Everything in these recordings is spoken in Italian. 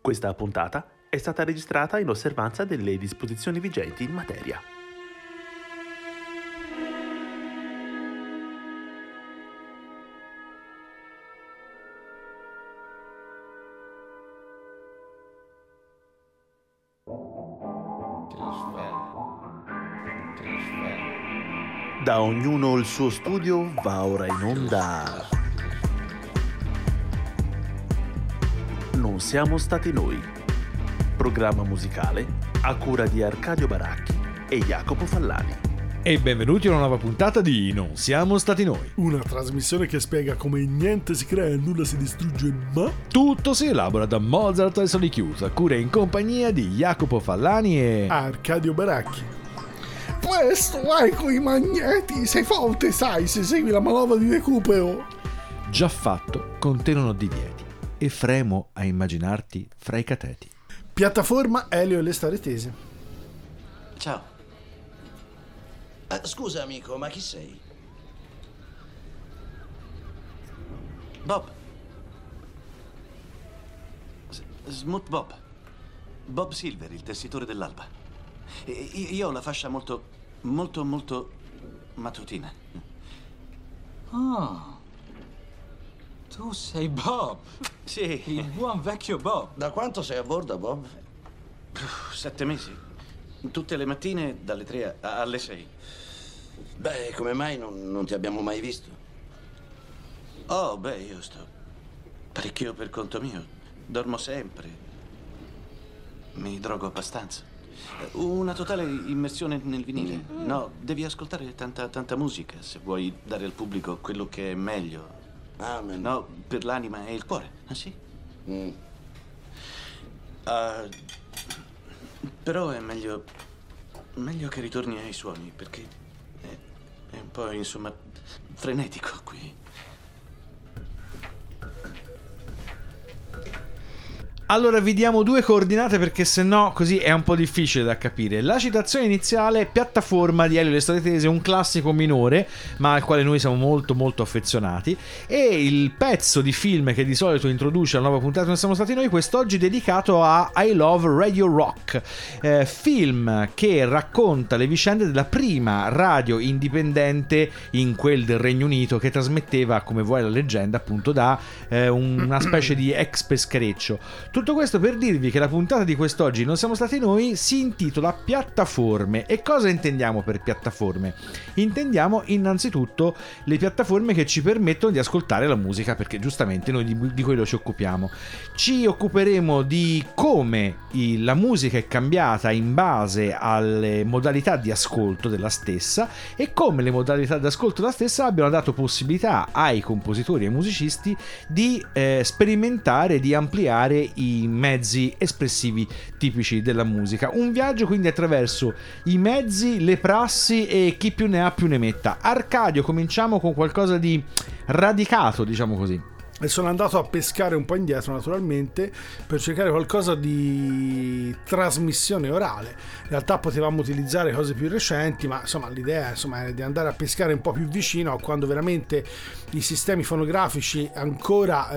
Questa puntata è stata registrata in osservanza delle disposizioni vigenti in materia. Da ognuno il suo studio va ora in onda. Non siamo stati noi. Programma musicale a cura di Arcadio Baracchi e Jacopo Fallani. E benvenuti a una nuova puntata di Non siamo stati noi. Una trasmissione che spiega come niente si crea e nulla si distrugge, ma tutto si elabora da Mozart e Soli Chiuso, a cura in compagnia di Jacopo Fallani e Arcadio Baracchi. Questo vai coi magneti, sei forte, sai, se segui la manovra di recupero. Già fatto, contengono divieti e fremo a immaginarti fra i cateti. Piattaforma Elio e le storie tese. Ciao. Scusa amico, ma chi sei? Bob. Smooth Bob. Bob Silver, il tessitore dell'alba. Io ho la fascia molto mattutina. Oh, tu sei Bob. Sì. Il buon vecchio Bob. Da quanto sei a bordo, Bob? 7 mesi. Tutte le mattine dalle 3 alle 6. Beh, come mai non ti abbiamo mai visto? Oh, beh, io sto parecchio per conto mio. Dormo sempre. Mi drogo abbastanza. Una totale immersione nel vinile. No, devi ascoltare tanta musica se vuoi dare al pubblico quello che è meglio. Amen. No, per l'anima e il cuore. Ah, sì? Però è meglio che ritorni ai suoni, perché è un po', insomma, frenetico qui. Allora vi diamo 2 coordinate perché sennò così è un po' difficile da capire. La citazione iniziale, Piattaforma di Elio e le storie tese, un classico minore ma al quale noi siamo molto affezionati, e il pezzo di film che di solito introduce la nuova puntata Non siamo stati noi, quest'oggi dedicato a I Love Radio Rock, film che racconta le vicende della prima radio indipendente in quel del Regno Unito, che trasmetteva, come vuole la leggenda, appunto da una specie di ex peschereccio. Tutto questo per dirvi che la puntata di quest'oggi Non siamo stati noi si intitola Piattaforme. E cosa intendiamo per piattaforme? Intendiamo innanzitutto le piattaforme che ci permettono di ascoltare la musica, perché giustamente noi di quello ci occupiamo. Ci occuperemo di come la musica è cambiata in base alle modalità di ascolto della stessa e come le modalità di ascolto della stessa abbiano dato possibilità ai compositori e ai musicisti di sperimentare, di ampliare i mezzi espressivi tipici della musica. Un viaggio quindi attraverso i mezzi, le prassi e chi più ne ha più ne metta. Arcadio, cominciamo con qualcosa di radicato, diciamo così. E sono andato a pescare un po' indietro, naturalmente, per cercare qualcosa di trasmissione orale. In realtà potevamo utilizzare cose più recenti, ma insomma l'idea è di andare a pescare un po' più vicino a quando veramente i sistemi fonografici ancora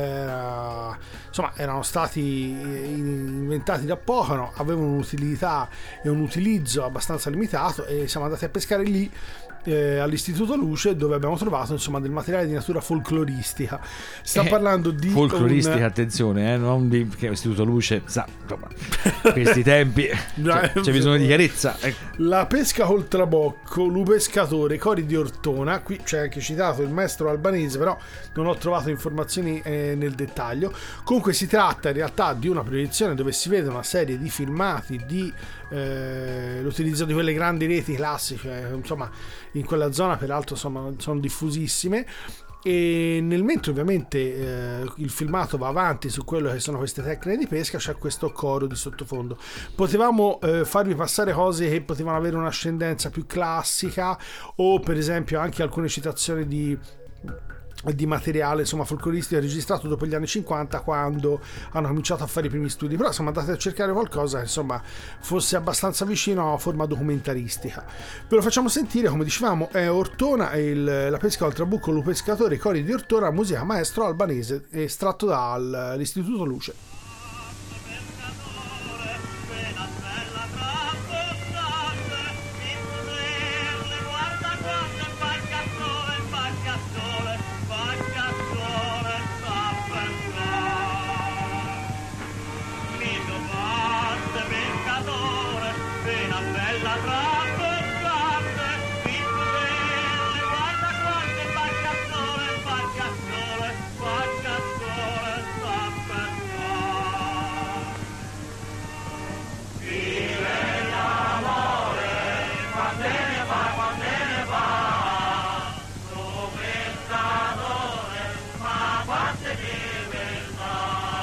erano stati inventati da poco, no? Avevano un'utilità e un utilizzo abbastanza limitato, e siamo andati a pescare lì all'Istituto Luce, dove abbiamo trovato del materiale di natura folcloristica. Stiamo parlando di folcloristica, attenzione, non di che Istituto Luce, questi tempi c'è bisogno di chiarezza. La pesca col trabocco, l'upescatore, cori di Ortona. Qui c'è anche citato il maestro albanese, però non ho trovato informazioni nel dettaglio. Comunque si tratta in realtà di una proiezione dove si vede una serie di filmati di l'utilizzo di quelle grandi reti classiche, in quella zona peraltro sono diffusissime, e nel mentre ovviamente il filmato va avanti su quello che sono queste tecniche di pesca, c'è questo coro di sottofondo. Potevamo farvi passare cose che potevano avere un'ascendenza più classica, o per esempio anche alcune citazioni di materiale folcloristico registrato dopo gli anni 50, quando hanno cominciato a fare i primi studi, però siamo andati a cercare qualcosa che fosse abbastanza vicino a forma documentaristica. Ve lo facciamo sentire, come dicevamo, è Ortona e la pesca al trabucco, lo pescatore, i cori di Ortona, musica maestro albanese, estratto dall'Istituto Luce. una bella trappa, guarda quante barche a sole, barche a sole, barche a sole, sta per vive l'amore, quando ne va, dove sta l'amore, ma quante libertà.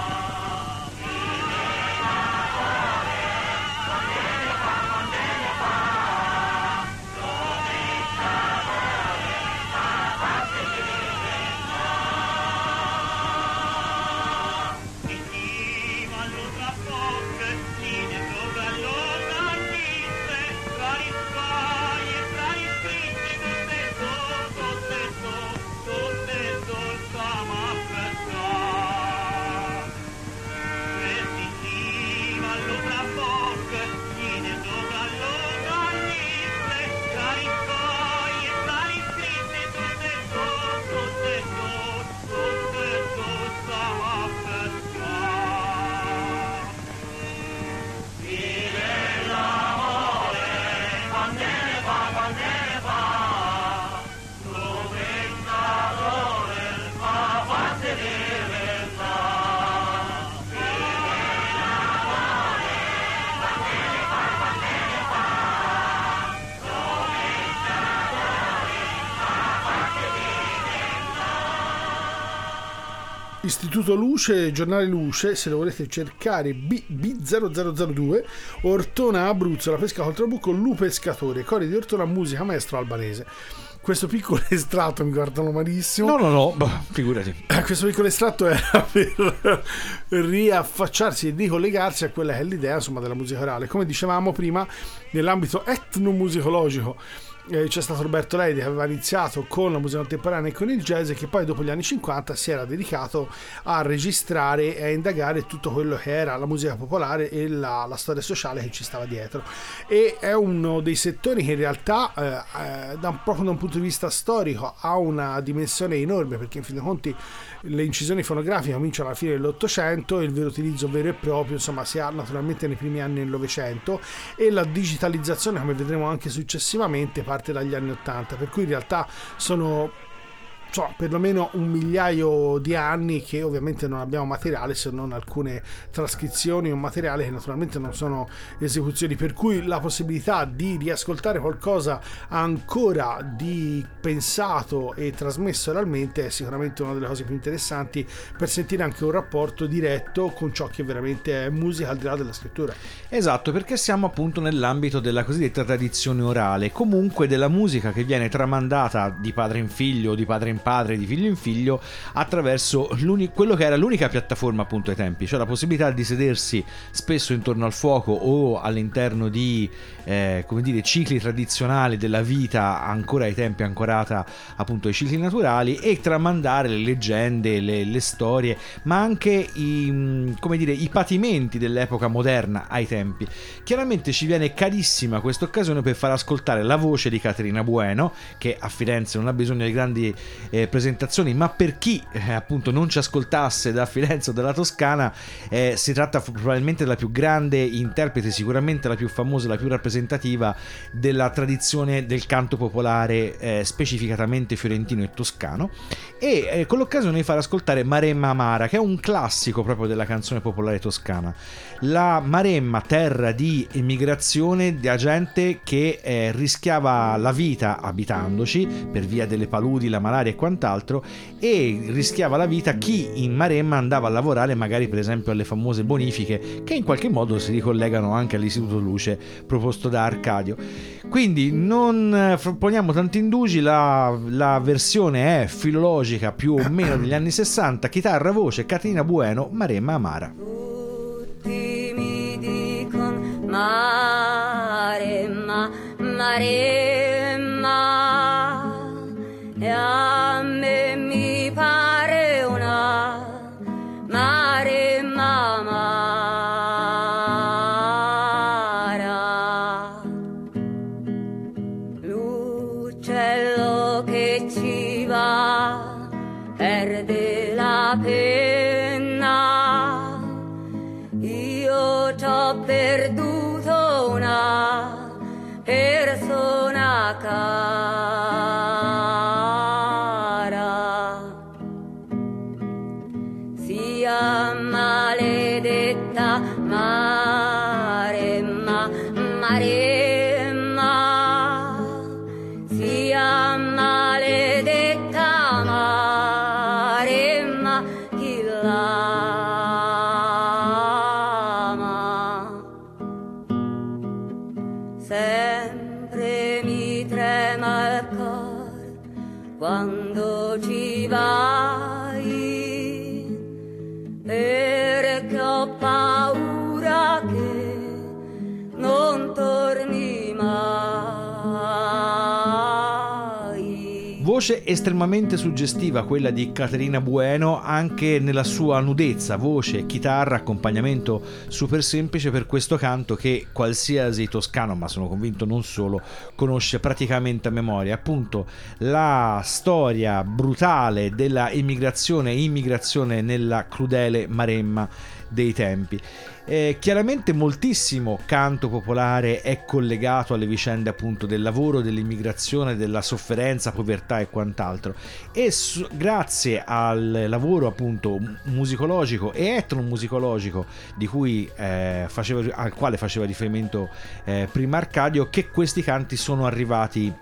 Istituto Luce, Giornale Luce, se lo volete cercare, B0002, Ortona Abruzzo, la pesca col trabucco, Lu Pescatore, Cori di Ortona, musica, maestro albanese. Questo piccolo estratto, mi guardano malissimo. No, figurati. Questo piccolo estratto era per riaffacciarsi e ricollegarsi a quella che è l'idea, insomma, della musica orale. Come dicevamo prima, nell'ambito etnomusicologico c'è stato Roberto Leidi, che aveva iniziato con la musica contemporanea e con il jazz, e che poi dopo gli anni 50 si era dedicato a registrare e a indagare tutto quello che era la musica popolare e la storia sociale che ci stava dietro. E è uno dei settori che in realtà proprio da un punto di vista storico ha una dimensione enorme, perché in fin dei conti le incisioni fonografiche cominciano alla fine dell'Ottocento e il vero utilizzo vero e proprio, insomma, si ha naturalmente nei primi anni del Novecento, e la digitalizzazione, come vedremo anche successivamente, parte dagli anni '80, per cui in realtà sono perlomeno 1 migliaio di anni che ovviamente non abbiamo materiale, se non alcune trascrizioni o materiale che naturalmente non sono esecuzioni, per cui la possibilità di riascoltare qualcosa ancora di pensato e trasmesso oralmente è sicuramente una delle cose più interessanti, per sentire anche un rapporto diretto con ciò che veramente è musica al di là della scrittura. Esatto, perché siamo appunto nell'ambito della cosiddetta tradizione orale, comunque della musica che viene tramandata di padre in figlio, di padre in padre, di figlio in figlio, attraverso quello che era l'unica piattaforma appunto ai tempi, cioè la possibilità di sedersi spesso intorno al fuoco o all'interno di cicli tradizionali della vita ancora ai tempi ancorata appunto ai cicli naturali, e tramandare le leggende, le storie, ma anche i patimenti dell'epoca moderna ai tempi. Chiaramente ci viene carissima questa occasione per far ascoltare la voce di Caterina Bueno, che a Firenze non ha bisogno di grandi presentazioni, ma per chi appunto non ci ascoltasse da Firenze o dalla Toscana, si tratta probabilmente della più grande interprete, sicuramente la più famosa, la più rappresentativa della tradizione del canto popolare, specificatamente fiorentino e toscano, e con l'occasione di far ascoltare Maremma Amara, che è un classico proprio della canzone popolare toscana. La Maremma, terra di emigrazione da gente che rischiava la vita abitandoci per via delle paludi, la malaria e quant'altro, e rischiava la vita chi in Maremma andava a lavorare magari per esempio alle famose bonifiche, che in qualche modo si ricollegano anche all'Istituto Luce proposto da Arcadio. Quindi non poniamo tanti indugi, la versione è filologica più o meno degli anni 60, chitarra, voce, Caterina Bueno, Maremma Amara. Tutti mi dicon Maremma, Maremma, e a me mi pare una Maremma amara. L'uccello che ci va perde la penna, io t'ho perduto una maledetta Maremma, Maremma, sia maledetta Maremma chi l'ama. Sempre mi trema il cor quando ci vai, perché ho paura che non torni mai. Voce estremamente suggestiva quella di Caterina Bueno, anche nella sua nudezza, voce, chitarra, accompagnamento super semplice per questo canto che qualsiasi toscano, ma sono convinto non solo, conosce praticamente a memoria. Appunto la storia brutale della immigrazione e immigrazione nella crudele Maremma dei tempi. Chiaramente moltissimo canto popolare è collegato alle vicende appunto del lavoro, dell'immigrazione, della sofferenza, povertà e quant'altro, e grazie al lavoro appunto musicologico e etnomusicologico di cui al quale faceva riferimento prima Arcadio, che questi canti sono arrivati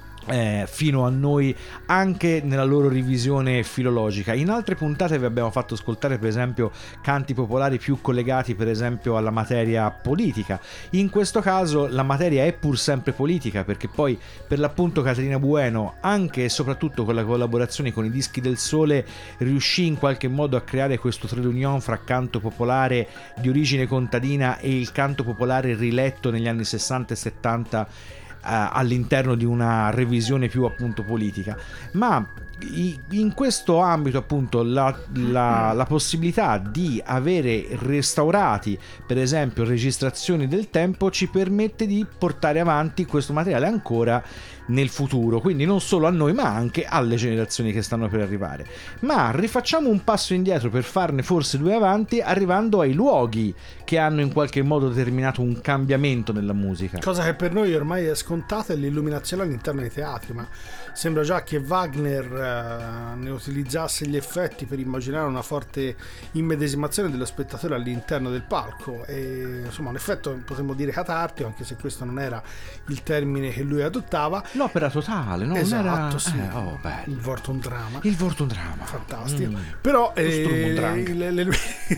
fino a noi anche nella loro revisione filologica. In altre puntate vi abbiamo fatto ascoltare per esempio canti popolari più collegati per esempio alla materia politica. In questo caso la materia è pur sempre politica, perché poi per l'appunto Caterina Bueno, anche e soprattutto con la collaborazione con i Dischi del Sole, riuscì in qualche modo a creare questo trait d'union fra canto popolare di origine contadina e il canto popolare riletto negli anni 60 e 70 all'interno di una revisione più appunto politica. Ma in questo ambito appunto la possibilità di avere restaurati per esempio registrazioni del tempo ci permette di portare avanti questo materiale ancora nel futuro, quindi non solo a noi ma anche alle generazioni che stanno per arrivare. Ma rifacciamo un passo indietro per farne forse due avanti, arrivando ai luoghi che hanno in qualche modo determinato un cambiamento nella musica. Cosa che per noi ormai è scontata è l'illuminazione all'interno dei teatri, ma sembra già che Wagner ne utilizzasse gli effetti per immaginare una forte immedesimazione dello spettatore all'interno del palco, e insomma un effetto potremmo dire catartico, anche se questo non era il termine che lui adottava. L'opera totale, no? Esatto, era... sì. Bello. Il Vortunddrama. Il Vortunddrama. Fantastico. Però l'elemento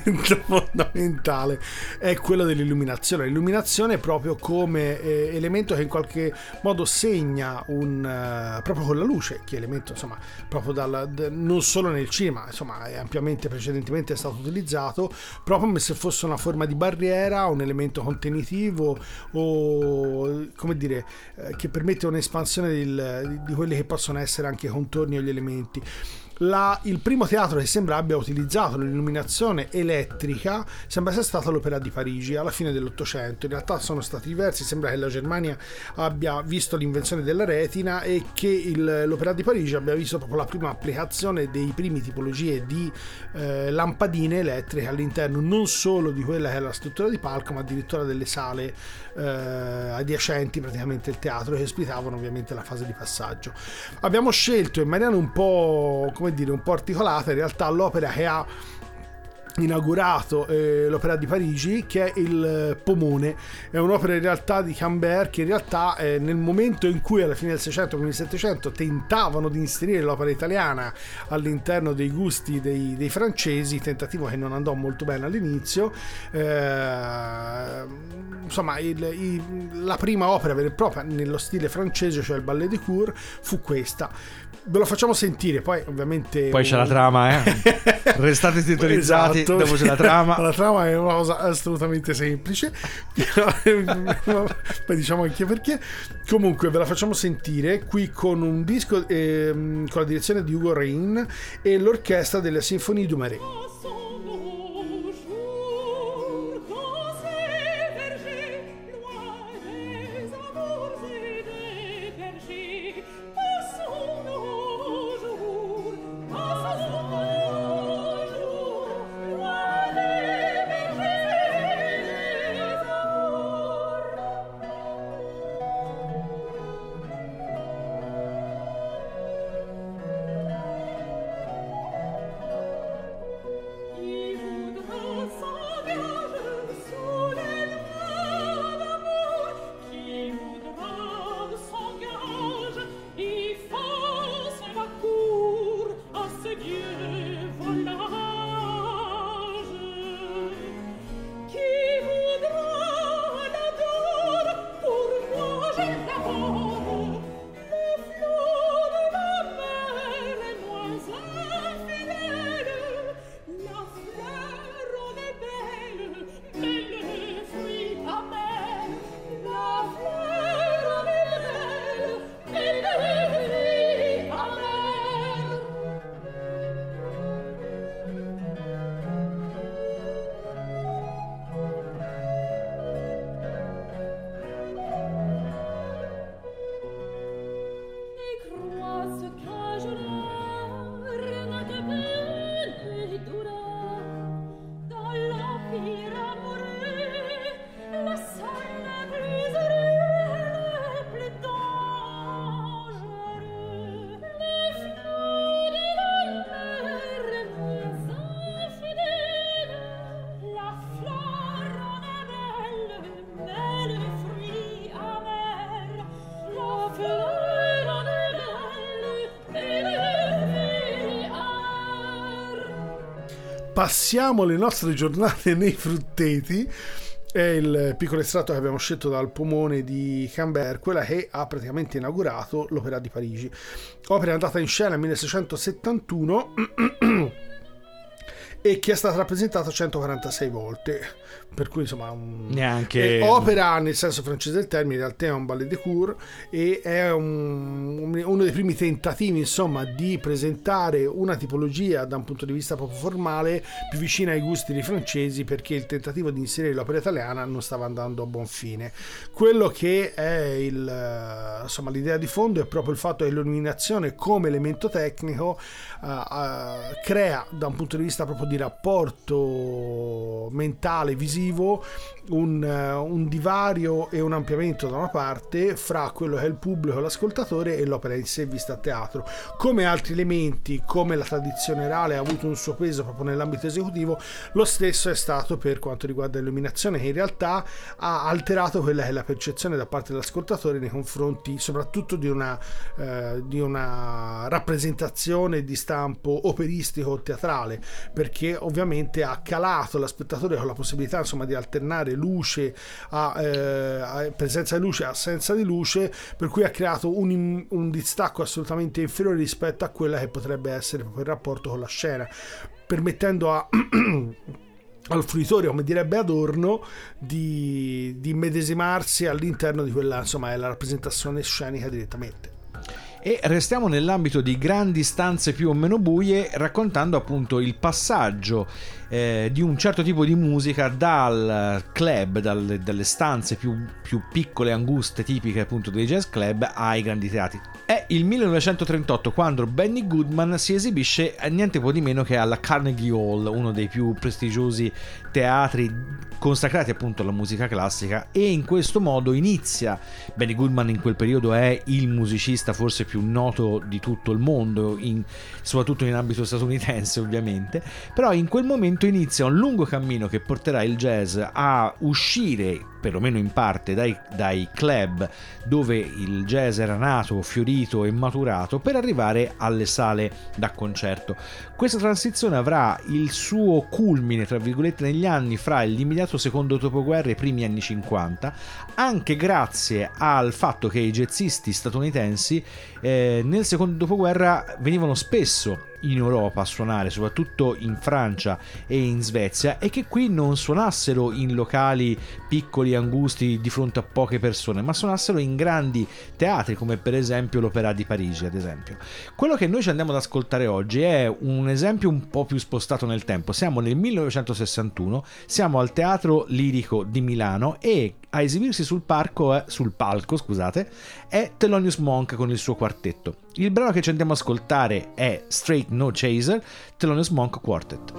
fondamentale è quello dell'illuminazione. L'illuminazione proprio come elemento che in qualche modo segna proprio con la luce, che elemento insomma proprio non solo nel cinema, insomma è ampiamente precedentemente stato utilizzato proprio come se fosse una forma di barriera, un elemento contenitivo o come dire che permette un'espansione di quelli che possono essere anche i contorni o gli elementi. Il primo teatro che sembra abbia utilizzato l'illuminazione elettrica sembra sia stata l'Opera di Parigi alla fine dell'Ottocento. In realtà sono stati diversi, sembra che la Germania abbia visto l'invenzione della retina e che l'Opera di Parigi abbia visto proprio la prima applicazione dei primi tipologie di lampadine elettriche all'interno non solo di quella che è la struttura di palco, ma addirittura delle sale adiacenti praticamente il teatro, che ospitavano ovviamente la fase di passaggio. Abbiamo scelto in maniera un po' un po' articolata in realtà l'opera che ha inaugurato l'Opera di Parigi, che è il Pomone. È un'opera in realtà di Cambert, che in realtà nel momento in cui alla fine del 600 con il 700 tentavano di inserire l'opera italiana all'interno dei gusti dei francesi, tentativo che non andò molto bene all'inizio. Insomma la prima opera vera e propria nello stile francese, cioè il Ballet de Cour, fu questa. Ve lo facciamo sentire, poi ovviamente poi c'è la trama, restate sintonizzati. Esatto. Dopo c'è la trama. La trama è una cosa assolutamente semplice. Poi diciamo anche perché. Comunque ve la facciamo sentire qui con un disco con la direzione di Hugo Rein e l'orchestra della Symphonie du Marais. passiamo le nostre giornate nei frutteti. È il piccolo estratto che abbiamo scelto dal pomone di Cambert, quella che ha praticamente inaugurato l'Opéra di Parigi. Opera andata in scena nel 1671 e che è stata rappresentata 146 volte, per cui insomma neanche opera nel senso francese del termine, in realtà è un ballet de cour e è uno dei primi tentativi insomma di presentare una tipologia da un punto di vista proprio formale più vicina ai gusti dei francesi, perché il tentativo di inserire l'opera italiana non stava andando a buon fine. Quello che è insomma l'idea di fondo è proprio il fatto che l'illuminazione come elemento tecnico crea da un punto di vista proprio di rapporto mentale, visivo, un divario e un ampliamento da una parte fra quello che è il pubblico, l'ascoltatore, e l'opera in sé vista a teatro. Come altri elementi, come la tradizione orale ha avuto un suo peso proprio nell'ambito esecutivo, lo stesso è stato per quanto riguarda l'illuminazione, che in realtà ha alterato quella che è la percezione da parte dell'ascoltatore nei confronti soprattutto di una rappresentazione di stampo operistico o teatrale, perché ovviamente ha calato lo spettatore con la possibilità insomma di alternare luce a presenza di luce, assenza di luce, per cui ha creato un distacco assolutamente inferiore rispetto a quella che potrebbe essere proprio il rapporto con la scena, permettendo al fruitore, come direbbe Adorno, di immedesimarsi all'interno di quella insomma è la rappresentazione scenica direttamente. E restiamo nell'ambito di grandi stanze più o meno buie, raccontando appunto il passaggio di un certo tipo di musica dal club, dalle stanze più piccole e anguste tipiche appunto dei jazz club ai grandi teatri. È il 1938 quando Benny Goodman si esibisce niente po' di meno che alla Carnegie Hall, uno dei più prestigiosi teatri consacrati appunto alla musica classica, e in questo modo inizia. Benny Goodman in quel periodo è il musicista forse più noto di tutto il mondo, soprattutto in ambito statunitense ovviamente, però in quel momento inizia un lungo cammino che porterà il jazz a uscire, perlomeno in parte, dai club dove il jazz era nato, fiorito e maturato, per arrivare alle sale da concerto. Questa transizione avrà il suo culmine, tra virgolette, negli anni fra l'immediato secondo dopoguerra e i primi anni 50, anche grazie al fatto che i jazzisti statunitensi nel secondo dopoguerra venivano spesso in Europa a suonare, soprattutto in Francia e in Svezia, e che qui non suonassero in locali piccoli e angusti di fronte a poche persone, ma suonassero in grandi teatri come per esempio l'Opéra di Parigi, ad esempio. Quello che noi ci andiamo ad ascoltare oggi è un esempio un po' più spostato nel tempo. Siamo nel 1961, siamo al Teatro Lirico di Milano e a esibirsi sul palco è Thelonious Monk con il suo quartetto. Il brano che ci andiamo ad ascoltare è Straight No Chaser, Thelonious Monk Quartet.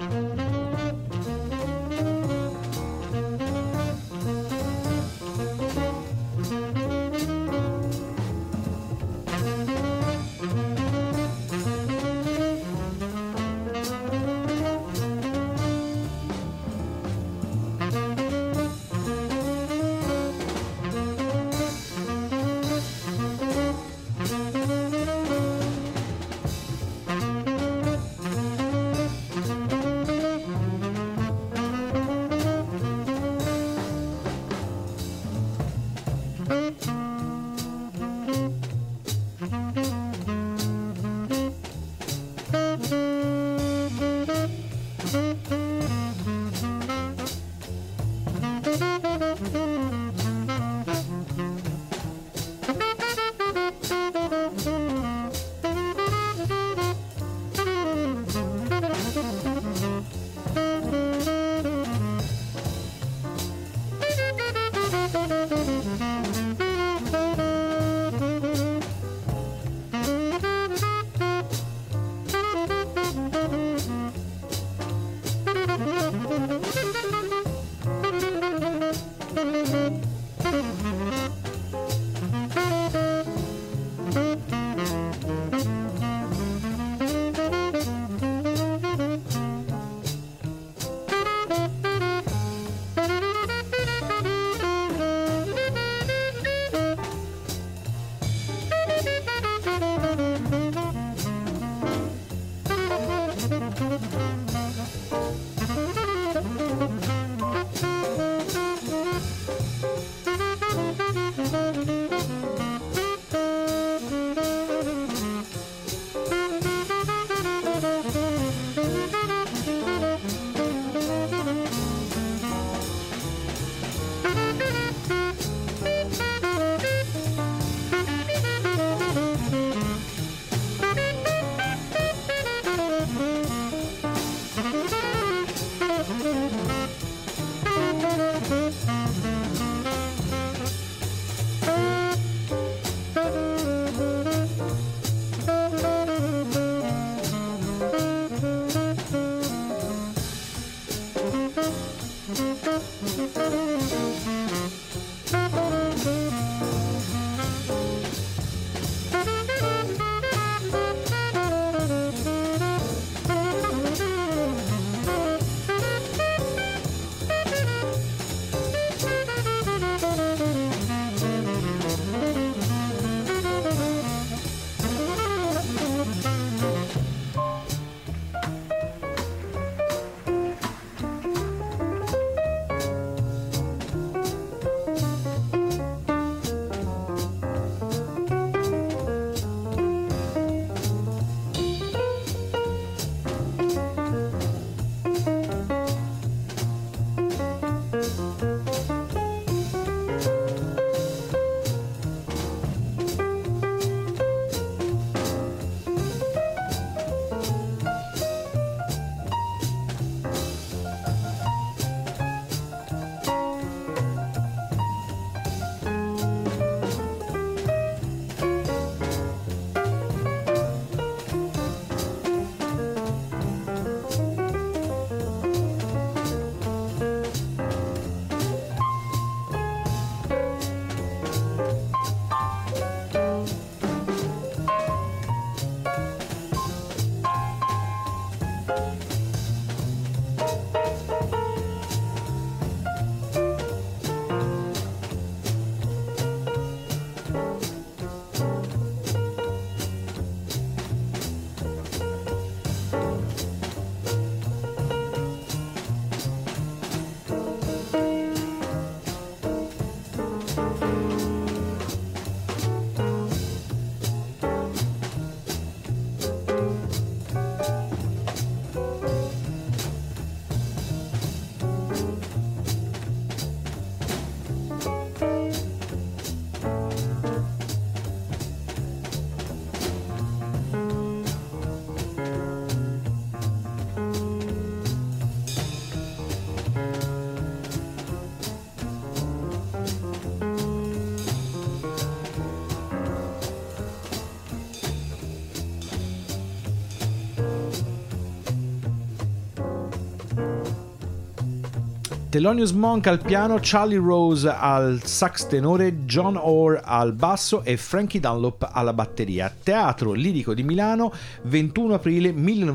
Thelonious Monk al piano, Charlie Rose al sax tenore, John Orr al basso e Frankie Dunlop alla batteria. Teatro Lirico di Milano, 21 aprile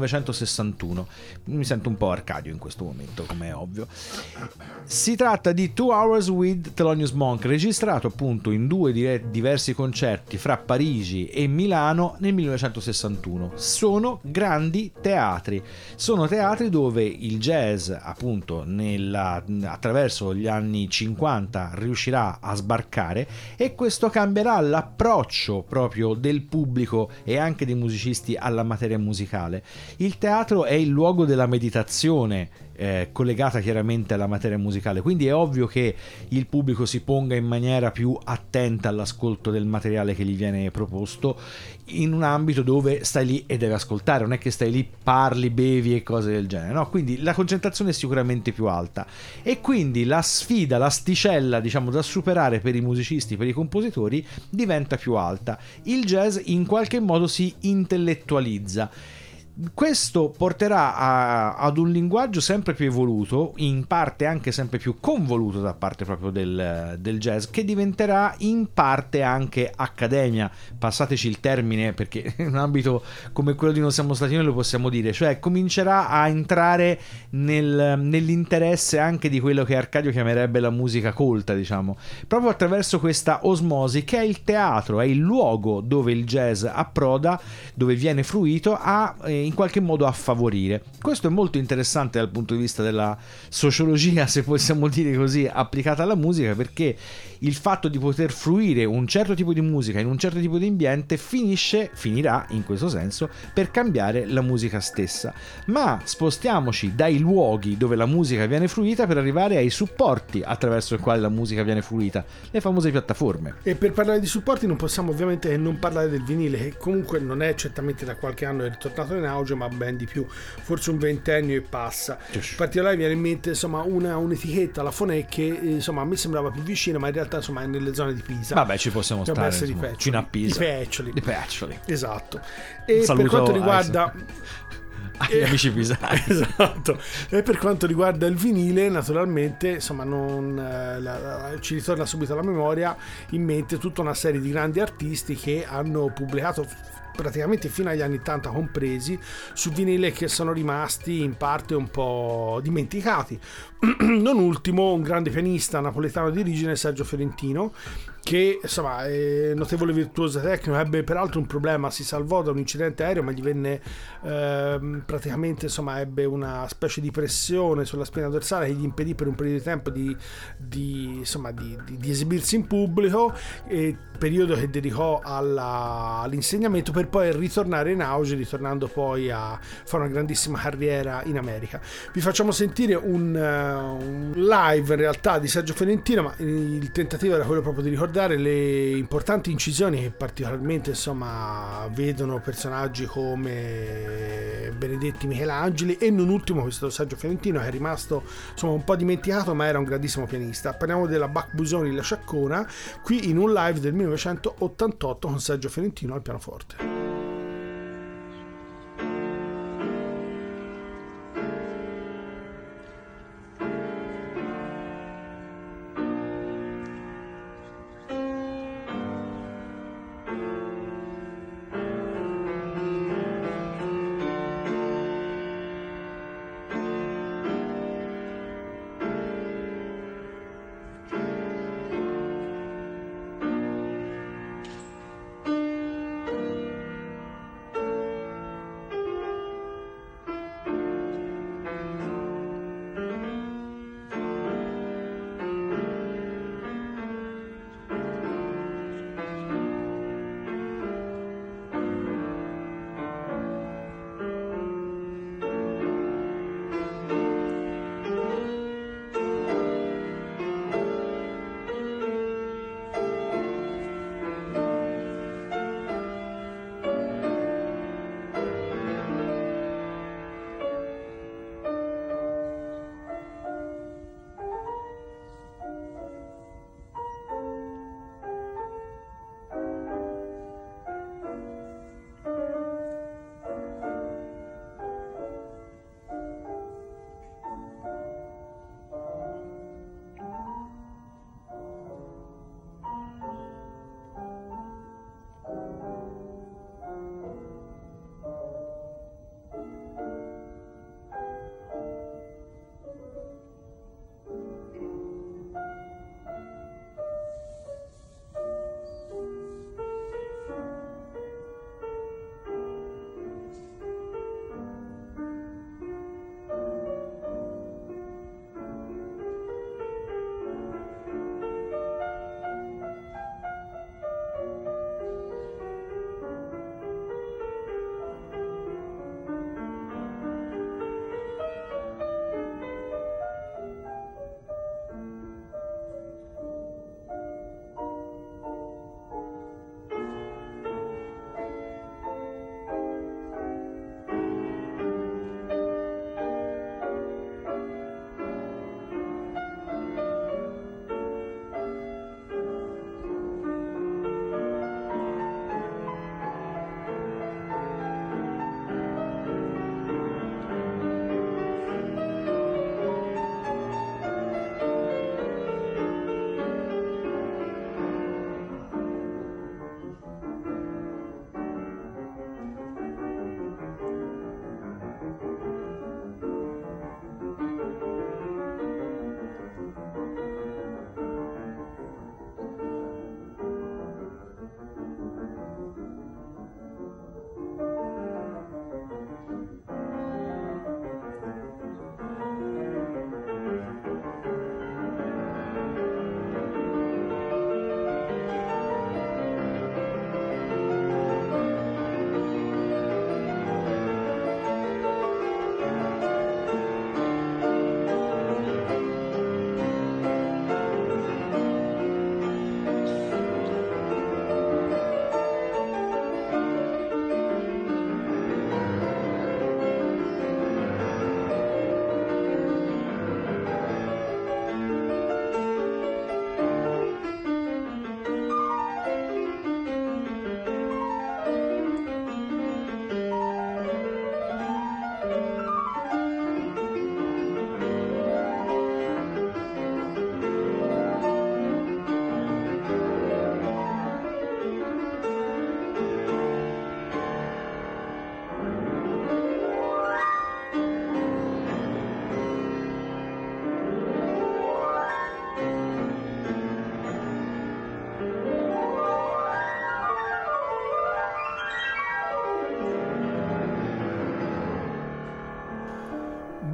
1961. Mi sento un po' Arcadio in questo momento, come è ovvio. Si tratta di 2 Hours with Thelonious Monk, registrato appunto in 2 diversi concerti fra Parigi e Milano nel 1961. Sono grandi teatri, sono teatri dove il jazz appunto attraverso gli anni 50 riuscirà a sbarcare, e questo cambierà l'approccio proprio del pubblico e anche dei musicisti alla materia musicale. Il teatro è il luogo della meditazione, collegata chiaramente alla materia musicale, quindi è ovvio che il pubblico si ponga in maniera più attenta all'ascolto del materiale che gli viene proposto in un ambito dove stai lì e devi ascoltare, non è che stai lì, parli, bevi e cose del genere, no? Quindi la concentrazione è sicuramente più alta e quindi la sfida, l'asticella diciamo da superare per i musicisti, per i compositori diventa più alta. Il jazz in qualche modo si intellettualizza. Questo porterà ad un linguaggio sempre più evoluto, in parte anche sempre più convoluto da parte proprio del jazz, che diventerà in parte anche accademia, passateci il termine perché in un ambito come quello di Non siamo stati noi lo possiamo dire, cioè comincerà a entrare nell'interesse anche di quello che Arcadio chiamerebbe la musica colta, diciamo, proprio attraverso questa osmosi che è il teatro, è il luogo dove il jazz approda, dove viene fruito in qualche modo a favorire. Questo è molto interessante dal punto di vista della sociologia, se possiamo dire così, applicata alla musica, perché il fatto di poter fruire un certo tipo di musica in un certo tipo di ambiente finirà in questo senso per cambiare la musica stessa. Ma spostiamoci dai luoghi dove la musica viene fruita per arrivare ai supporti attraverso i quali la musica viene fruita, le famose piattaforme. E per parlare di supporti non possiamo ovviamente non parlare del vinile, che comunque non è certamente da qualche anno è ritornato in auge, ma ben di più, forse un 20ennio e passa. In particolare viene in mente insomma un'etichetta, la Fonè, che insomma a me sembrava più vicina, ma in realtà insomma è nelle zone di Pisa. Vabbè, ci possiamo stare fino a Pisa. Di Peccioli. Esatto. E per quanto riguarda agli amici pisani. Esatto. E per quanto riguarda il vinile, naturalmente, insomma, ci ritorna subito alla memoria in mente tutta una serie di grandi artisti che hanno pubblicato praticamente fino agli anni 80 compresi su vinile, che sono rimasti in parte un po' dimenticati. Non ultimo un grande pianista napoletano di origine, Sergio Fiorentino, che insomma è notevole virtuoso tecnico, ebbe peraltro un problema, si salvò da un incidente aereo, ma gli venne praticamente, insomma, ebbe una specie di pressione sulla spina dorsale che gli impedì per un periodo di tempo di esibirsi in pubblico, periodo che dedicò all'insegnamento, per poi ritornare in auge, ritornando poi a fare una grandissima carriera in America. Vi facciamo sentire un live in realtà di Sergio Fiorentino, ma il tentativo era quello proprio di ricordare le importanti incisioni che particolarmente, insomma, vedono personaggi come Benedetti, Michelangeli, e non ultimo questo Sergio Fiorentino, che è rimasto, insomma, un po' dimenticato, ma era un grandissimo pianista. Parliamo della Bach Busoni La Sciaccona, qui in un live del 1988 con Sergio Fiorentino al pianoforte.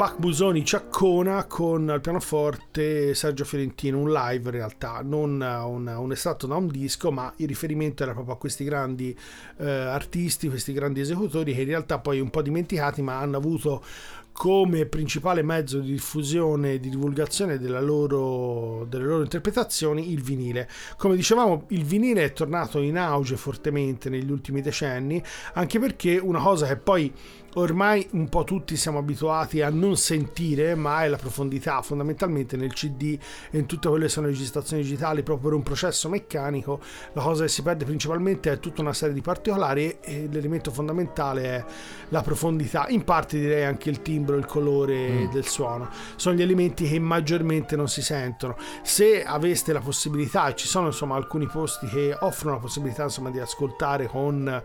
Bach Busoni Ciaccona con al pianoforte Sergio Fiorentino, un live in realtà, non un estratto da un disco, ma il riferimento era proprio a questi grandi artisti, questi grandi esecutori che in realtà poi un po' dimenticati, ma hanno avuto come principale mezzo di diffusione e di divulgazione delle loro interpretazioni il vinile. Come dicevamo, il vinile è tornato in auge fortemente negli ultimi decenni, anche perché una cosa che poi ormai un po' tutti siamo abituati a non sentire, ma è la profondità. Fondamentalmente nel CD e in tutte quelle che sono registrazioni digitali, proprio per un processo meccanico, la cosa che si perde principalmente è tutta una serie di particolari e l'elemento fondamentale è la profondità, in parte direi anche il timbro, il colore del suono. Sono gli elementi che maggiormente non si sentono. Se aveste la possibilità, ci sono insomma alcuni posti che offrono la possibilità insomma di ascoltare con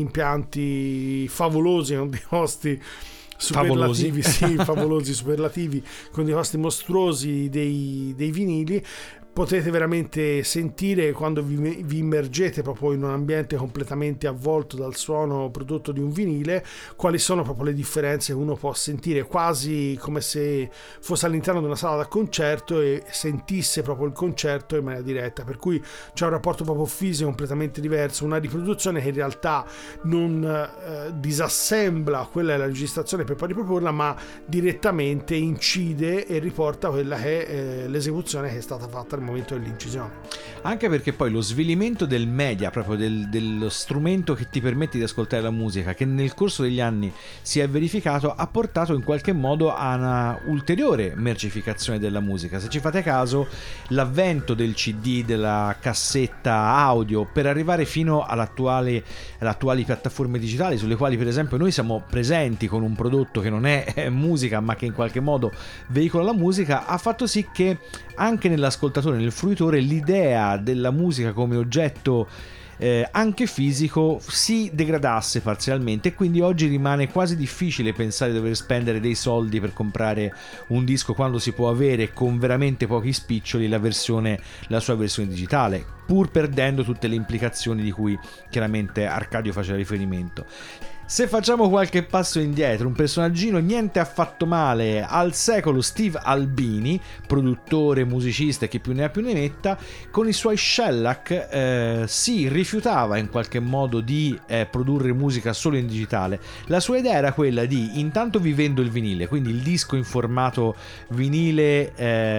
impianti favolosi, con dei costi superlativi, favolosi superlativi, con dei costi mostruosi dei vinili, potete veramente sentire quando vi immergete proprio in un ambiente completamente avvolto dal suono prodotto di un vinile, quali sono proprio le differenze che uno può sentire, quasi come se fosse all'interno di una sala da concerto e sentisse proprio il concerto in maniera diretta, per cui c'è un rapporto proprio fisico completamente diverso, una riproduzione che in realtà non disassembla quella è la registrazione per poi riproporla, ma direttamente incide e riporta quella che è l'esecuzione che è stata fatta al momento dell'incisione. Anche perché poi lo svilimento del media, proprio dello strumento che ti permette di ascoltare la musica, che nel corso degli anni si è verificato, ha portato in qualche modo a una ulteriore mercificazione della musica. Se ci fate caso, l'avvento del CD, della cassetta audio, per arrivare fino alle attuali piattaforme digitali, sulle quali per esempio noi siamo presenti con un prodotto che non è musica ma che in qualche modo veicola la musica, ha fatto sì che anche nell'ascoltatore, nel fruitore, l'idea della musica come oggetto anche fisico si degradasse parzialmente, e quindi oggi rimane quasi difficile pensare di dover spendere dei soldi per comprare un disco quando si può avere con veramente pochi spiccioli la sua versione digitale, pur perdendo tutte le implicazioni di cui chiaramente Arcadio faceva riferimento. Se facciamo qualche passo indietro, un personaggino niente affatto male al secolo, Steve Albini, produttore, musicista e chi più ne ha più ne metta, con i suoi Shellac si rifiutava in qualche modo di produrre musica solo in digitale. La sua idea era quella di: intanto vi vendo il vinile, quindi il disco in formato vinile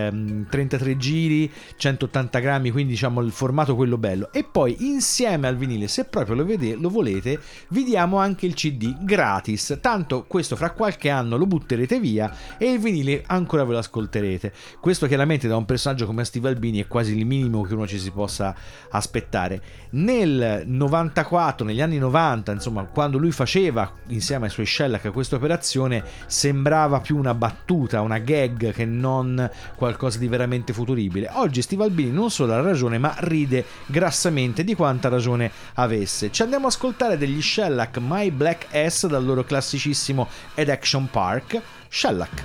33 giri, 180 grammi, quindi diciamo il formato quello bello, e poi insieme al vinile, se proprio lo volete, vi diamo anche il CD gratis, tanto questo fra qualche anno lo butterete via e il vinile ancora ve lo ascolterete. Questo chiaramente da un personaggio come Steve Albini è quasi il minimo che uno ci si possa aspettare. Nel 94, negli anni 90, insomma, quando lui faceva insieme ai suoi Shellac questa operazione, sembrava più una battuta, una gag, che non qualcosa di veramente futuribile. Oggi Steve Albini non solo ha ragione, ma ride grassamente di quanta ragione avesse. Ci andiamo a ascoltare degli Shellac My Black S dal loro classicissimo Ed Action Park, Shellac.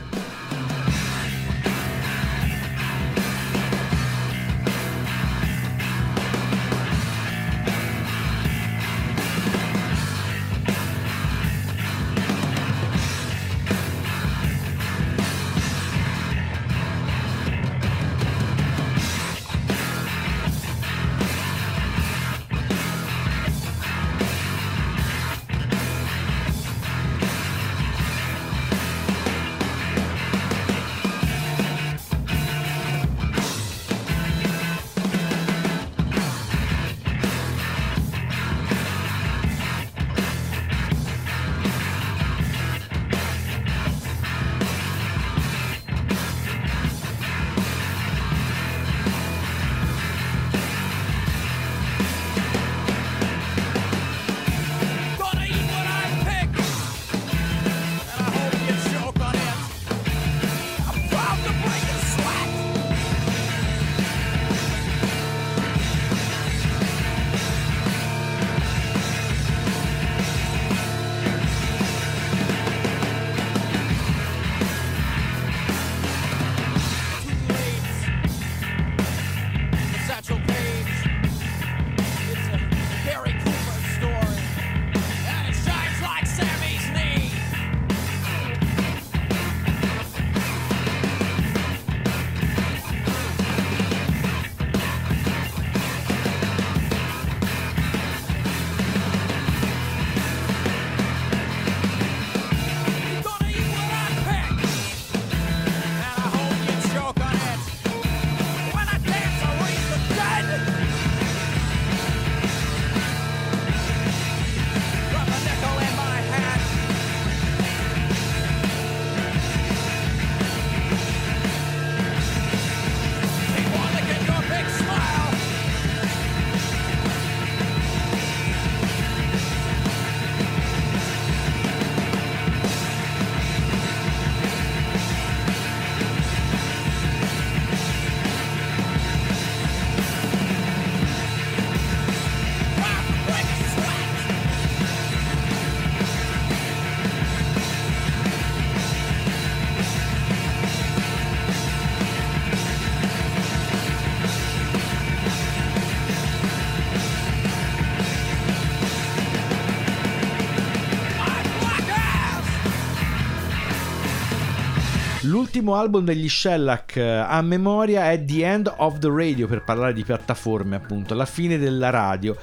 L'ultimo album degli Shellac a memoria è The End of the Radio, per parlare di piattaforme appunto, la fine della radio,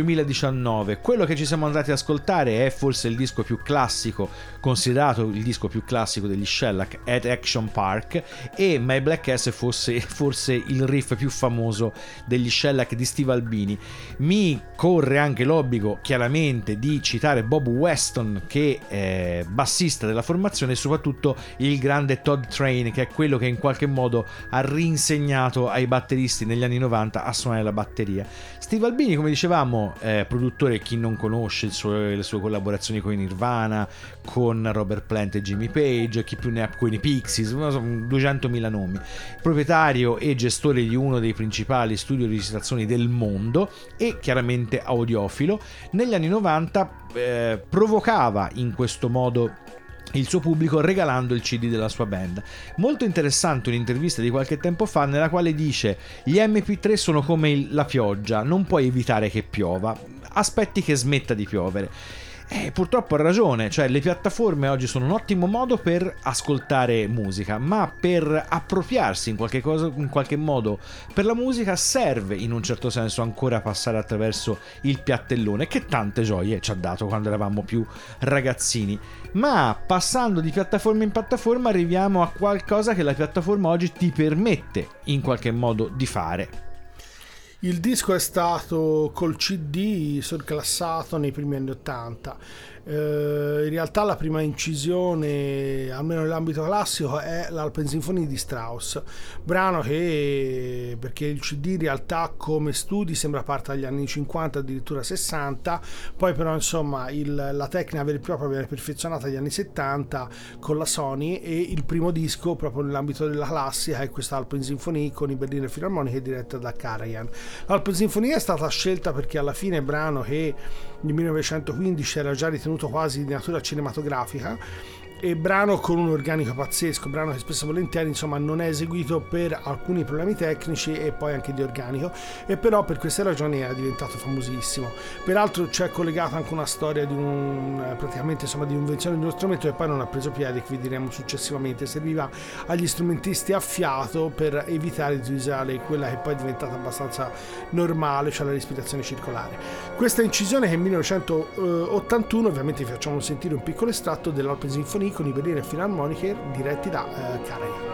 2019. Quello che ci siamo andati ad ascoltare è forse il disco più classico, considerato il disco più classico degli Shellac, At Action Park, e My Black Ass fosse forse il riff più famoso degli Shellac di Steve Albini. Mi corre anche l'obbligo chiaramente di citare Bob Weston, che è bassista della formazione, e soprattutto il grande Todd Train, che è quello che in qualche modo ha rinsegnato ai batteristi negli anni 90 a suonare la batteria. Steve Albini, come dicevamo, è produttore, chi non conosce le sue collaborazioni con i Nirvana, con Robert Plant e Jimmy Page, chi più ne ha con i Pixies, 200.000 nomi, proprietario e gestore di uno dei principali studi di registrazioni del mondo e chiaramente audiofilo. Negli anni 90 provocava in questo modo il suo pubblico regalando il CD della sua band. Molto interessante un'intervista di qualche tempo fa nella quale dice: gli MP3 sono come la pioggia, non puoi evitare che piova, aspetti che smetta di piovere. Purtroppo ha ragione, cioè le piattaforme oggi sono un ottimo modo per ascoltare musica, ma per appropriarsi in qualche modo per la musica serve in un certo senso ancora passare attraverso il piattellone, che tante gioie ci ha dato quando eravamo più ragazzini. Ma passando di piattaforma in piattaforma arriviamo a qualcosa che la piattaforma oggi ti permette in qualche modo di fare. Il disco è stato col CD surclassato nei primi anni 80. In realtà la prima incisione, almeno nell'ambito classico, è l'Alpen Symphony di Strauss, brano che, perché il CD in realtà come studi sembra parte dagli anni 50, addirittura 60, poi però insomma la tecnica vera e propria viene perfezionata negli anni 70 con la Sony, e il primo disco proprio nell'ambito della classica è questo Alpen Symphony con i Berliner Philharmonic diretta da Karajan. L'Alpen Symphony è stata scelta perché alla fine è brano che nel 1915 era già ritenuto quasi di natura cinematografica, e brano con un organico pazzesco, brano che spesso e volentieri insomma non è eseguito per alcuni problemi tecnici e poi anche di organico, e però per queste ragioni è diventato famosissimo. Peraltro c'è collegata anche una storia di praticamente insomma di invenzione di uno strumento che poi non ha preso piede, che vi diremo successivamente. Serviva agli strumentisti a fiato per evitare di utilizzare quella che poi è diventata abbastanza normale, cioè la respirazione circolare. Questa incisione che è 1981, ovviamente vi facciamo sentire un piccolo estratto dell'Alpen Symphony con i Berliner Philharmoniker diretti da Karajan.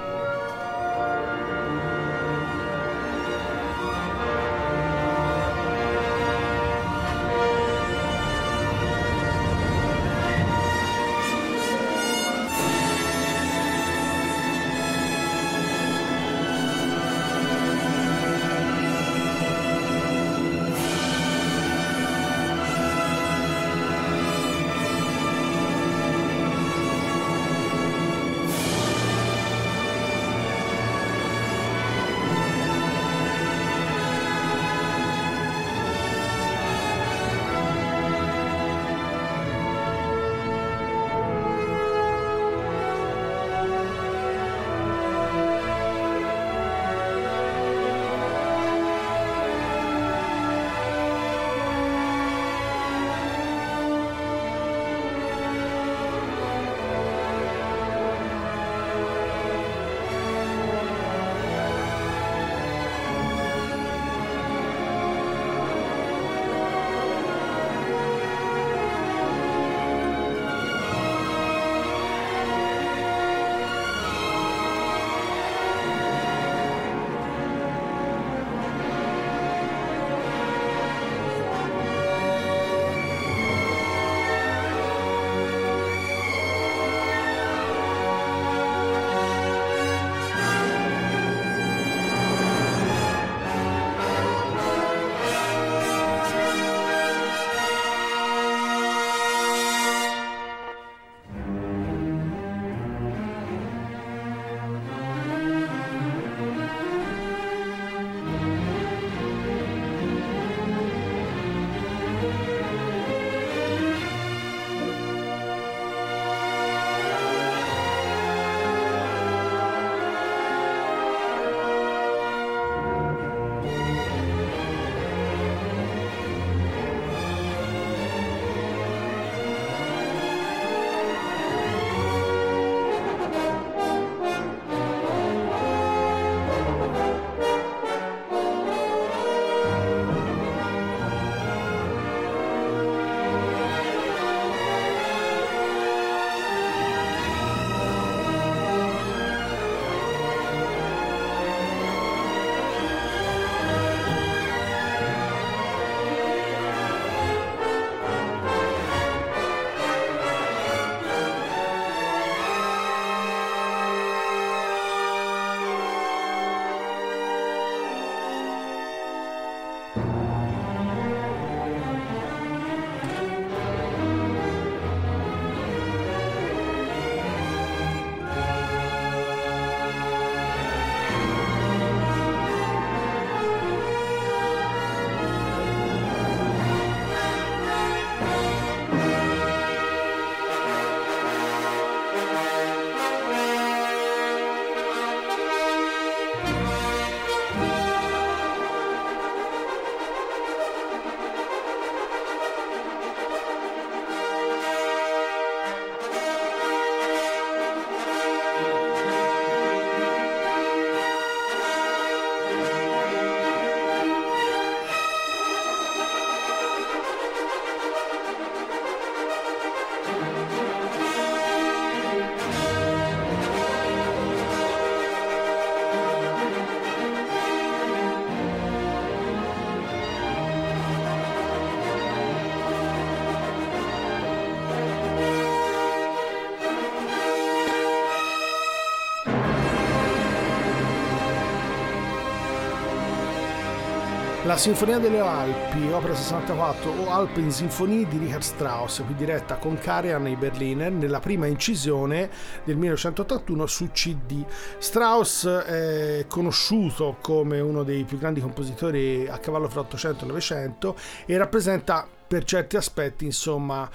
La Sinfonia delle Alpi, opera 64 o Alpensinfonie di Richard Strauss, qui diretta con Karajan e Berliner nella prima incisione del 1981 su CD. Strauss è conosciuto come uno dei più grandi compositori a cavallo fra 800 e 900 e rappresenta per certi aspetti, insomma,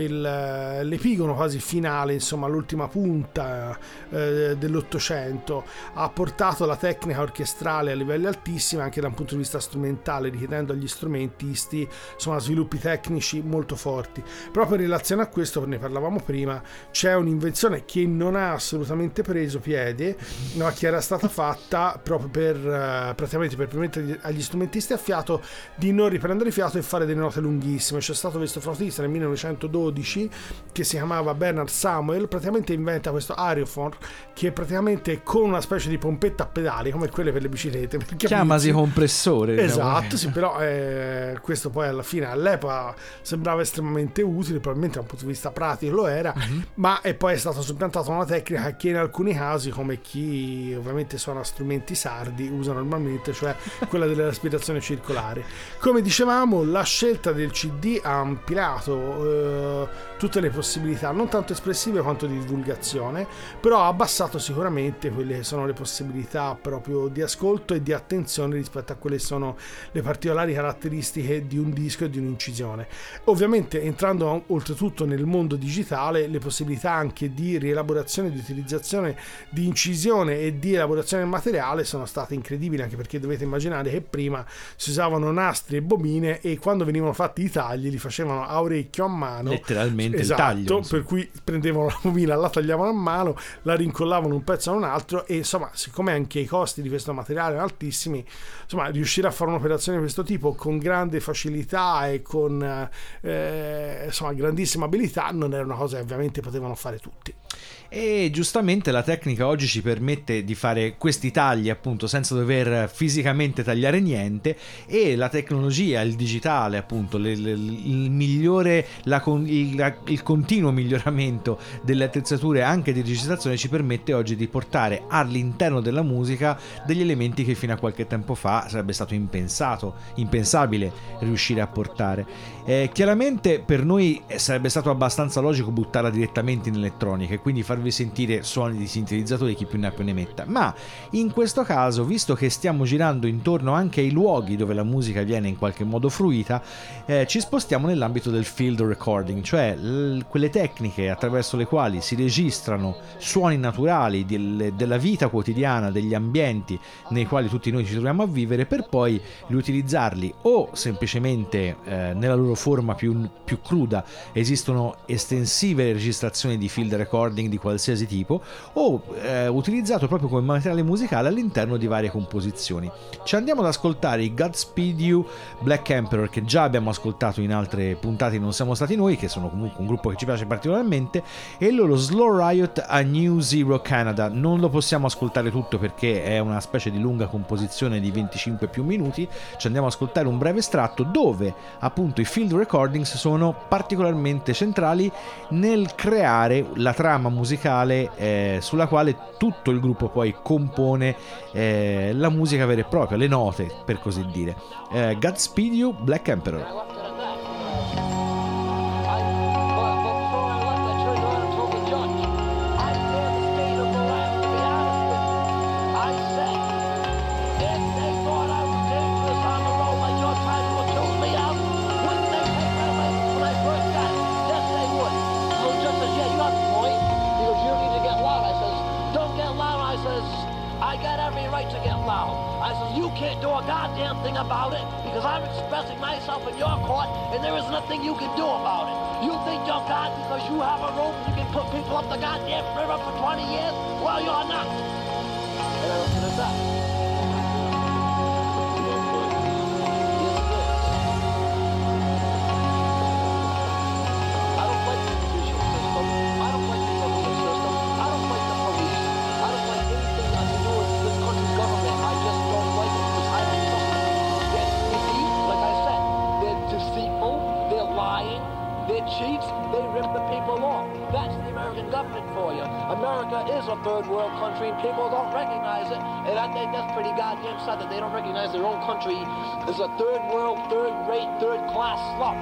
l'epigono quasi finale, insomma, l'ultima punta dell'Ottocento. Ha portato la tecnica orchestrale a livelli altissimi anche da un punto di vista strumentale, richiedendo agli strumentisti, insomma, sviluppi tecnici molto forti. Proprio in relazione a questo, ne parlavamo prima, c'è un'invenzione che non ha assolutamente preso piede, ma che era stata fatta proprio praticamente per permettere agli strumentisti a fiato di non riprendere fiato e fare delle note lunghissime. C'è stato questo flautista nel 1912 che si chiamava Bernard Samuel, praticamente inventa questo aerophone che praticamente con una specie di pompetta a pedali come quelle per le biciclette, chiamasi compressore, esatto, sì, però questo poi alla fine all'epoca sembrava estremamente utile, probabilmente da un punto di vista pratico lo era, ma e poi è stata soppiantata una tecnica che in alcuni casi, come chi ovviamente suona strumenti sardi usa normalmente, cioè quella dell'aspirazione circolare. Come dicevamo, la scelta del CD ha ampliato tutte le possibilità, non tanto espressive quanto di divulgazione, però ha abbassato sicuramente quelle che sono le possibilità proprio di ascolto e di attenzione rispetto a quelle che sono le particolari caratteristiche di un disco e di un'incisione. Ovviamente, entrando oltretutto nel mondo digitale, le possibilità anche di rielaborazione, di utilizzazione, di incisione e di elaborazione del materiale sono state incredibili, anche perché dovete immaginare che prima si usavano nastri e bobine e quando venivano fatti i tagli li facevano a orecchio, a mano, letteralmente, esatto, il taglio, per cui prendevano la bobina, la tagliavano a mano, la rincollavano un pezzo a un altro e insomma, siccome anche i costi di questo materiale erano altissimi, insomma, riuscire a fare un'operazione di questo tipo con grande facilità e con insomma grandissima abilità non era una cosa che ovviamente potevano fare tutti. E giustamente la tecnica oggi ci permette di fare questi tagli appunto senza dover fisicamente tagliare niente, e la tecnologia, il digitale appunto, il migliore, il continuo miglioramento delle attrezzature anche di registrazione ci permette oggi di portare all'interno della musica degli elementi che fino a qualche tempo fa sarebbe stato impensabile riuscire a portare. Chiaramente per noi sarebbe stato abbastanza logico buttarla direttamente in elettronica e quindi farvi sentire suoni di sintetizzatori, chi più ne ha più ne metta, ma in questo caso, visto che stiamo girando intorno anche ai luoghi dove la musica viene in qualche modo fruita, ci spostiamo nell'ambito del field recording, cioè quelle tecniche attraverso le quali si registrano suoni naturali della vita quotidiana, degli ambienti nei quali tutti noi ci troviamo a vivere, per poi riutilizzarli o semplicemente nella loro forma più cruda. Esistono estensive registrazioni di field recording di qualsiasi tipo, o utilizzato proprio come materiale musicale all'interno di varie composizioni. Ci andiamo ad ascoltare i Godspeed You Black Emperor, che già abbiamo ascoltato in altre puntate Non Siamo Stati Noi, che sono comunque un gruppo che ci piace particolarmente, e il loro Slow Riot a New Zero Canada. Non lo possiamo ascoltare tutto perché è una specie di lunga composizione di 25 più minuti. Ci andiamo ad ascoltare un breve estratto dove appunto i field recordings sono particolarmente centrali nel creare la trama musicale sulla quale tutto il gruppo poi compone la musica vera e propria, le note per così dire. Godspeed You Black Emperor. You can do about it. You think you're God because you have a rope and you can put people up the goddamn river for 20 years? Well, you're not. And I don't finish that. America is a third world country and people don't recognize it. And I think that's pretty goddamn sad that they don't recognize their own country as a third world, third rate, third class slum.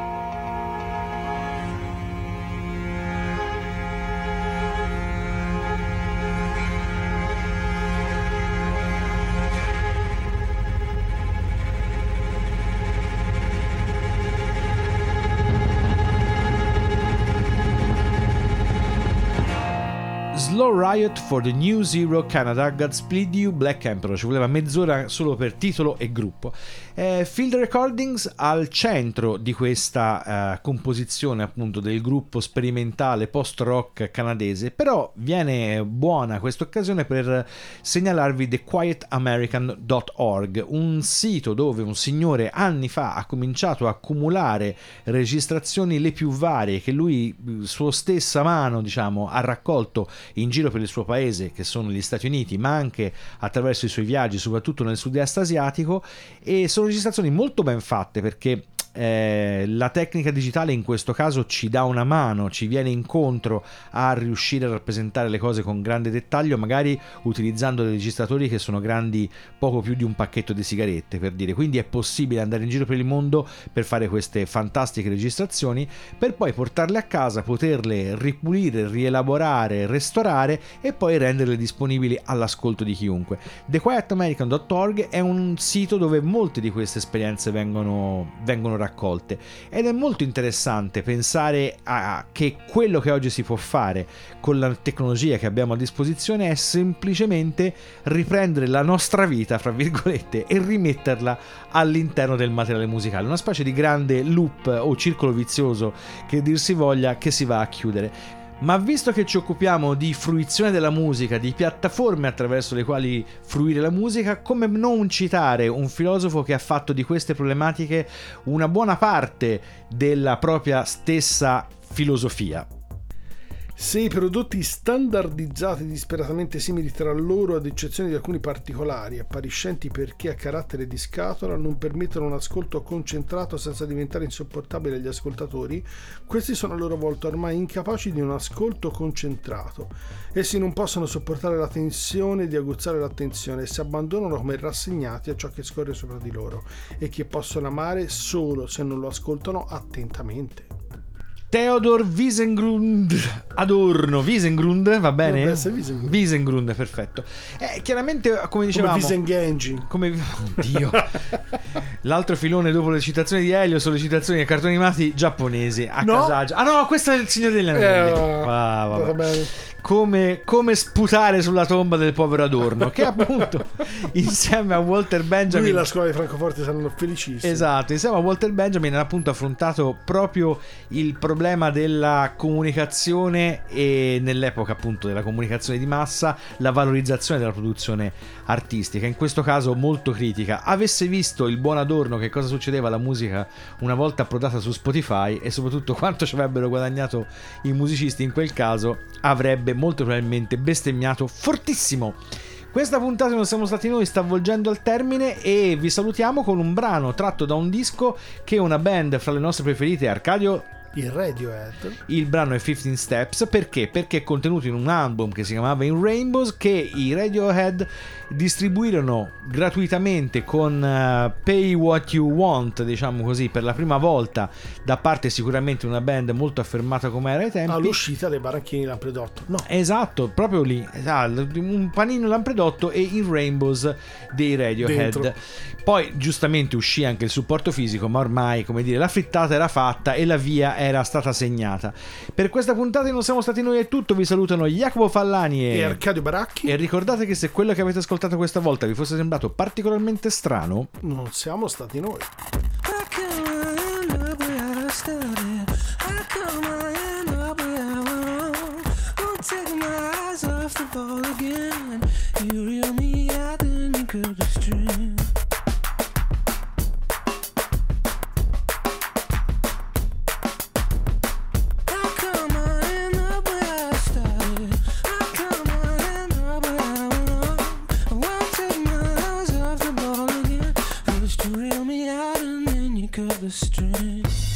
Slow Riot for the New Zero Canada Godspeed You Black Emperor. Ci voleva mezz'ora solo per titolo e gruppo. Field Recordings al centro di questa composizione appunto del gruppo sperimentale post-rock canadese, però viene buona questa occasione per segnalarvi thequietamerican.org, un sito dove un signore anni fa ha cominciato a accumulare registrazioni le più varie che lui sua stessa mano, diciamo, ha raccolto in giro per il suo paese, che sono gli Stati Uniti, ma anche attraverso i suoi viaggi soprattutto nel sud-est asiatico, e sono registrazioni molto ben fatte perché la tecnica digitale in questo caso ci dà una mano, ci viene incontro a riuscire a rappresentare le cose con grande dettaglio, magari utilizzando dei registratori che sono grandi poco più di un pacchetto di sigarette, per dire. Quindi è possibile andare in giro per il mondo per fare queste fantastiche registrazioni, per poi portarle a casa, poterle ripulire, rielaborare, restaurare e poi renderle disponibili all'ascolto di chiunque. thequietamerican.org è un sito dove molte di queste esperienze vengono raccolte, ed è molto interessante pensare a che quello che oggi si può fare con la tecnologia che abbiamo a disposizione è semplicemente riprendere la nostra vita, fra virgolette, e rimetterla all'interno del materiale musicale, una specie di grande loop o circolo vizioso, che dir si voglia, che si va a chiudere. Ma visto che ci occupiamo di fruizione della musica, di piattaforme attraverso le quali fruire la musica, come non citare un filosofo che ha fatto di queste problematiche una buona parte della propria stessa filosofia? Se i prodotti standardizzati disperatamente simili tra loro, ad eccezione di alcuni particolari appariscenti perché a carattere di scatola, non permettono un ascolto concentrato senza diventare insopportabile agli ascoltatori, questi sono a loro volta ormai incapaci di un ascolto concentrato. Essi non possono sopportare la tensione di aguzzare l'attenzione e si abbandonano come rassegnati a ciò che scorre sopra di loro e che possono amare solo se non lo ascoltano attentamente. Theodor Wiesengrund Adorno, Wiesengrund, va bene? Wiesengrund, perfetto. Chiaramente, come dicevamo, come Wiesengenji, come oddio. L'altro filone dopo le citazioni di Elio sono le citazioni ai cartoni animati giapponesi a casaccio. Ah no, questo è il Signore degli Anelli. Come sputare sulla tomba del povero Adorno, che appunto insieme a Walter Benjamin, lui e la scuola di Francoforte saranno felicissimi. Esatto, insieme a Walter Benjamin ha appunto affrontato proprio il problema della comunicazione, e nell'epoca appunto della comunicazione di massa la valorizzazione della produzione artistica, in questo caso molto critica. Avesse visto il buon Adorno che cosa succedeva alla musica una volta approdata su Spotify, e soprattutto quanto ci avrebbero guadagnato i musicisti in quel caso, avrebbe molto probabilmente bestemmiato fortissimo. Questa puntata Non siamo stati noi sta volgendo al termine, e vi salutiamo con un brano tratto da un disco che una band fra le nostre preferite, Arcadio, il Radiohead. Il brano è 15 Steps. Perché? Perché è contenuto in un album che si chiamava In Rainbows, che i Radiohead distribuirono gratuitamente con Pay What You Want, diciamo così, per la prima volta da parte sicuramente una band molto affermata come era ai tempi, all'uscita dei baracchini Lampredotto. No, esatto, proprio lì, un panino Lampredotto e In Rainbows dei Radiohead dentro. Poi giustamente uscì anche il supporto fisico, ma ormai, come dire, la frittata era fatta e la via era stata segnata. Per questa puntata Non siamo stati noi è tutto. Vi salutano Jacopo Fallani e Arcadio Baracchi, e ricordate che se quello che avete ascoltato questa volta vi fosse sembrato particolarmente strano, non siamo stati noi. The string